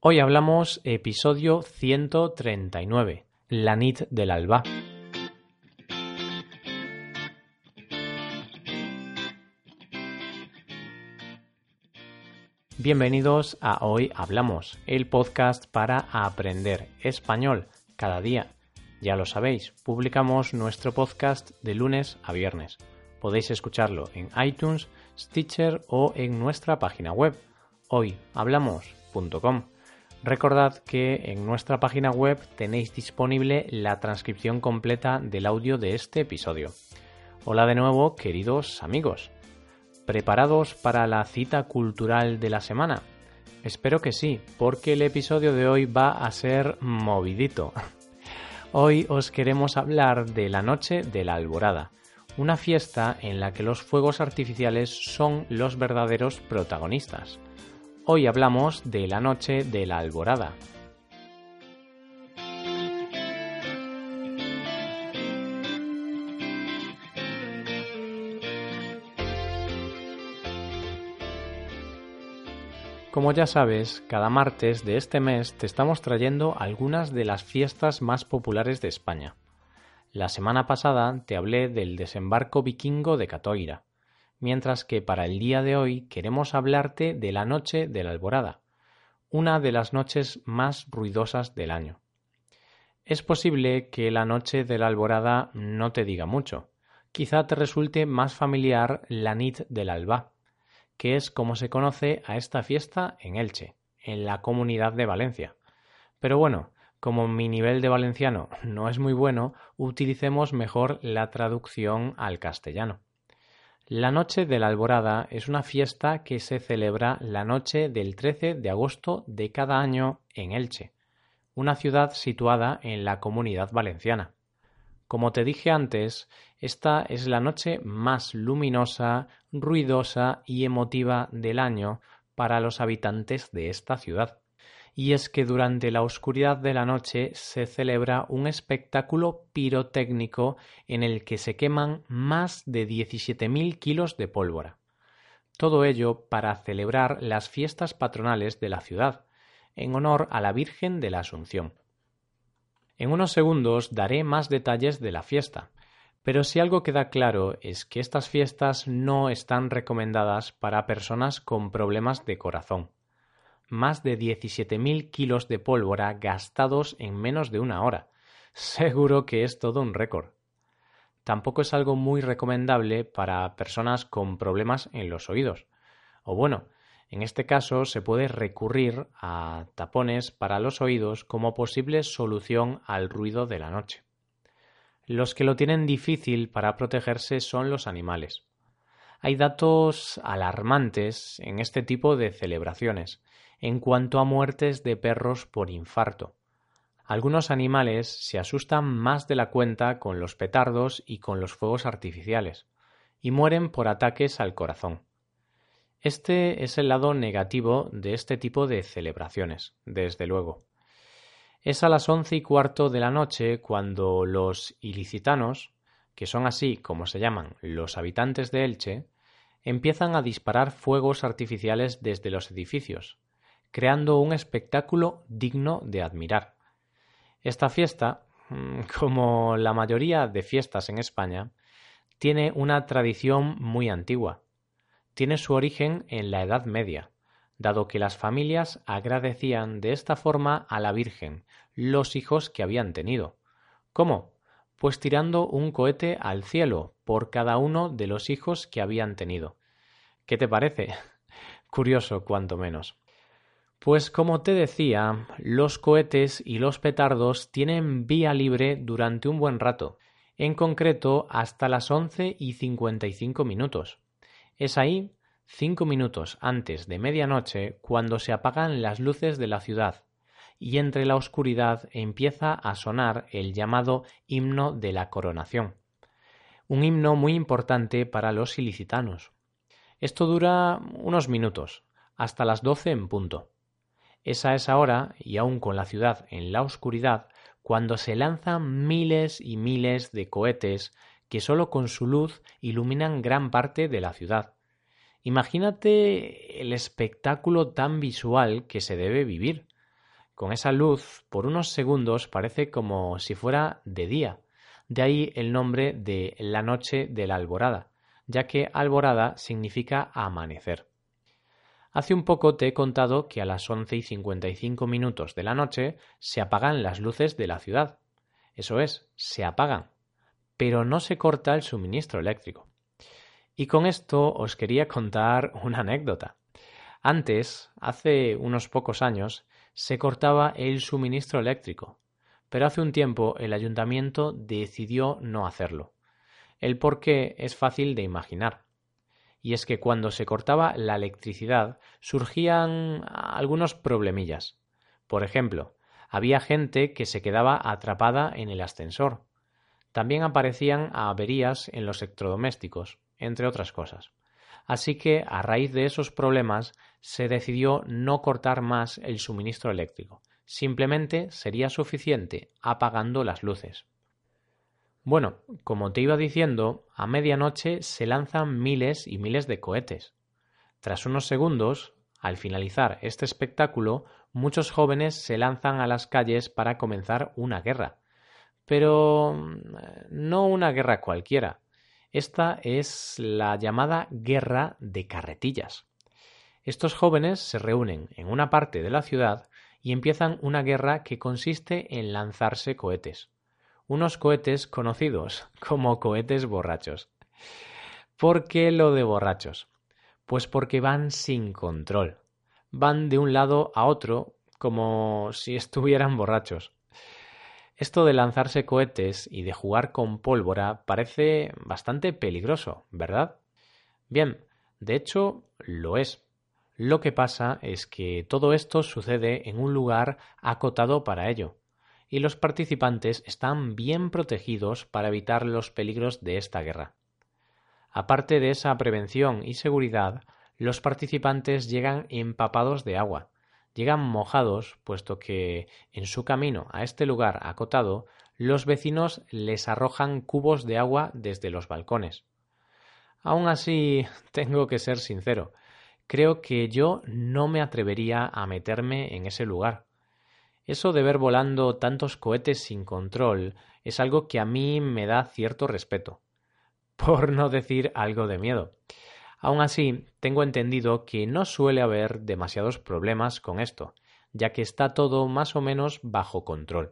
Hoy hablamos episodio 139, la nit del alba. Bienvenidos a Hoy Hablamos, el podcast para aprender español cada día. Ya lo sabéis, publicamos nuestro podcast de lunes a viernes. Podéis escucharlo en iTunes, Stitcher o en nuestra página web, hoyhablamos.com. Recordad que en nuestra página web tenéis disponible la transcripción completa del audio de este episodio. Hola de nuevo, queridos amigos. ¿Preparados para la cita cultural de la semana? Espero que sí, porque el episodio de hoy va a ser movidito. Hoy os queremos hablar de la Noche de la Alborada, una fiesta en la que los fuegos artificiales son los verdaderos protagonistas. Hoy hablamos de la Noche de la Alborada. Como ya sabes, cada martes de este mes te estamos trayendo algunas de las fiestas más populares de España. La semana pasada te hablé del desembarco vikingo de Catoira, mientras que para el día de hoy queremos hablarte de la Noche de la Alborada, una de las noches más ruidosas del año. Es posible que la Noche de la Alborada no te diga mucho, quizá te resulte más familiar la nit del alba, que es como se conoce a esta fiesta en Elche, en la Comunidad de Valencia. Pero bueno, como mi nivel de valenciano no es muy bueno, utilicemos mejor la traducción al castellano. La Noche de la Alborada es una fiesta que se celebra la noche del 13 de agosto de cada año en Elche, una ciudad situada en la Comunidad Valenciana. Como te dije antes, esta es la noche más luminosa, ruidosa y emotiva del año para los habitantes de esta ciudad. Y es que durante la oscuridad de la noche se celebra un espectáculo pirotécnico en el que se queman más de 17.000 kilos de pólvora. Todo ello para celebrar las fiestas patronales de la ciudad, en honor a la Virgen de la Asunción. En unos segundos daré más detalles de la fiesta, pero si algo queda claro es que estas fiestas no están recomendadas para personas con problemas de corazón. Más de 17.000 kilos de pólvora gastados en menos de una hora. Seguro que es todo un récord. Tampoco es algo muy recomendable para personas con problemas en los oídos. O bueno, en este caso se puede recurrir a tapones para los oídos como posible solución al ruido de la noche. Los que lo tienen difícil para protegerse son los animales. Hay datos alarmantes en este tipo de celebraciones en cuanto a muertes de perros por infarto. Algunos animales se asustan más de la cuenta con los petardos y con los fuegos artificiales y mueren por ataques al corazón. Este es el lado negativo de este tipo de celebraciones, desde luego. Es a las 11:15 de la noche cuando los ilicitanos, que son así como se llaman los habitantes de Elche, empiezan a disparar fuegos artificiales desde los edificios, creando un espectáculo digno de admirar. Esta fiesta, como la mayoría de fiestas en España, tiene una tradición muy antigua. Tiene su origen en la Edad Media, dado que las familias agradecían de esta forma a la Virgen los hijos que habían tenido. ¿Cómo? Pues tirando un cohete al cielo por cada uno de los hijos que habían tenido. ¿Qué te parece? Curioso, cuanto menos. Pues como te decía, los cohetes y los petardos tienen vía libre durante un buen rato, en concreto hasta las 11:55. Es ahí, 5 minutos antes de medianoche, cuando se apagan las luces de la ciudad y entre la oscuridad empieza a sonar el llamado himno de la coronación, un himno muy importante para los ilicitanos. Esto dura unos minutos, hasta las 12 en punto. Es a esa hora, y aún con la ciudad en la oscuridad, cuando se lanzan miles y miles de cohetes que solo con su luz iluminan gran parte de la ciudad. Imagínate el espectáculo tan visual que se debe vivir. Con esa luz, por unos segundos parece como si fuera de día. De ahí el nombre de la noche de la alborada, ya que alborada significa amanecer. Hace un poco te he contado que a las 11:55 de la noche se apagan las luces de la ciudad. Eso es, se apagan, pero no se corta el suministro eléctrico. Y con esto os quería contar una anécdota. Antes, hace unos pocos años, se cortaba el suministro eléctrico, pero hace un tiempo el ayuntamiento decidió no hacerlo. El porqué es fácil de imaginar. Y es que cuando se cortaba la electricidad surgían algunos problemillas. Por ejemplo, había gente que se quedaba atrapada en el ascensor. También aparecían averías en los electrodomésticos, entre otras cosas. Así que, a raíz de esos problemas, se decidió no cortar más el suministro eléctrico. Simplemente sería suficiente apagando las luces. Bueno, como te iba diciendo, a medianoche se lanzan miles y miles de cohetes. Tras unos segundos, al finalizar este espectáculo, muchos jóvenes se lanzan a las calles para comenzar una guerra. Pero no una guerra cualquiera. Esta es la llamada guerra de carretillas. Estos jóvenes se reúnen en una parte de la ciudad y empiezan una guerra que consiste en lanzarse cohetes. Unos cohetes conocidos como cohetes borrachos. ¿Por qué lo de borrachos? Pues porque van sin control. Van de un lado a otro como si estuvieran borrachos. Esto de lanzarse cohetes y de jugar con pólvora parece bastante peligroso, ¿verdad? Bien, de hecho lo es. Lo que pasa es que todo esto sucede en un lugar acotado para ello, y los participantes están bien protegidos para evitar los peligros de esta guerra. Aparte de esa prevención y seguridad, los participantes llegan empapados de agua. Llegan mojados, puesto que en su camino a este lugar acotado, los vecinos les arrojan cubos de agua desde los balcones. Aún así, tengo que ser sincero, creo que yo no me atrevería a meterme en ese lugar. Eso de ver volando tantos cohetes sin control es algo que a mí me da cierto respeto, por no decir algo de miedo. Aún así, tengo entendido que no suele haber demasiados problemas con esto, ya que está todo más o menos bajo control.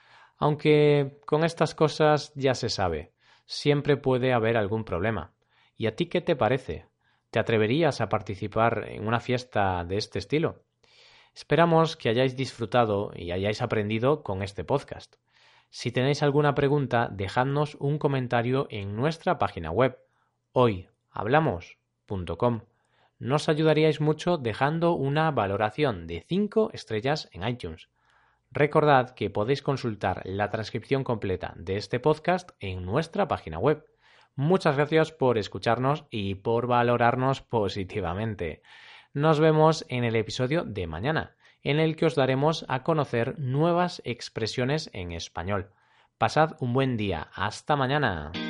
Aunque con estas cosas ya se sabe, siempre puede haber algún problema. ¿Y a ti qué te parece? ¿Te atreverías a participar en una fiesta de este estilo? Esperamos que hayáis disfrutado y hayáis aprendido con este podcast. Si tenéis alguna pregunta, dejadnos un comentario en nuestra página web hoyhablamos.com. Nos ayudaríais mucho dejando una valoración de 5 estrellas en iTunes. Recordad que podéis consultar la transcripción completa de este podcast en nuestra página web. Muchas gracias por escucharnos y por valorarnos positivamente. Nos vemos en el episodio de mañana, en el que os daremos a conocer nuevas expresiones en español. Pasad un buen día. Hasta mañana.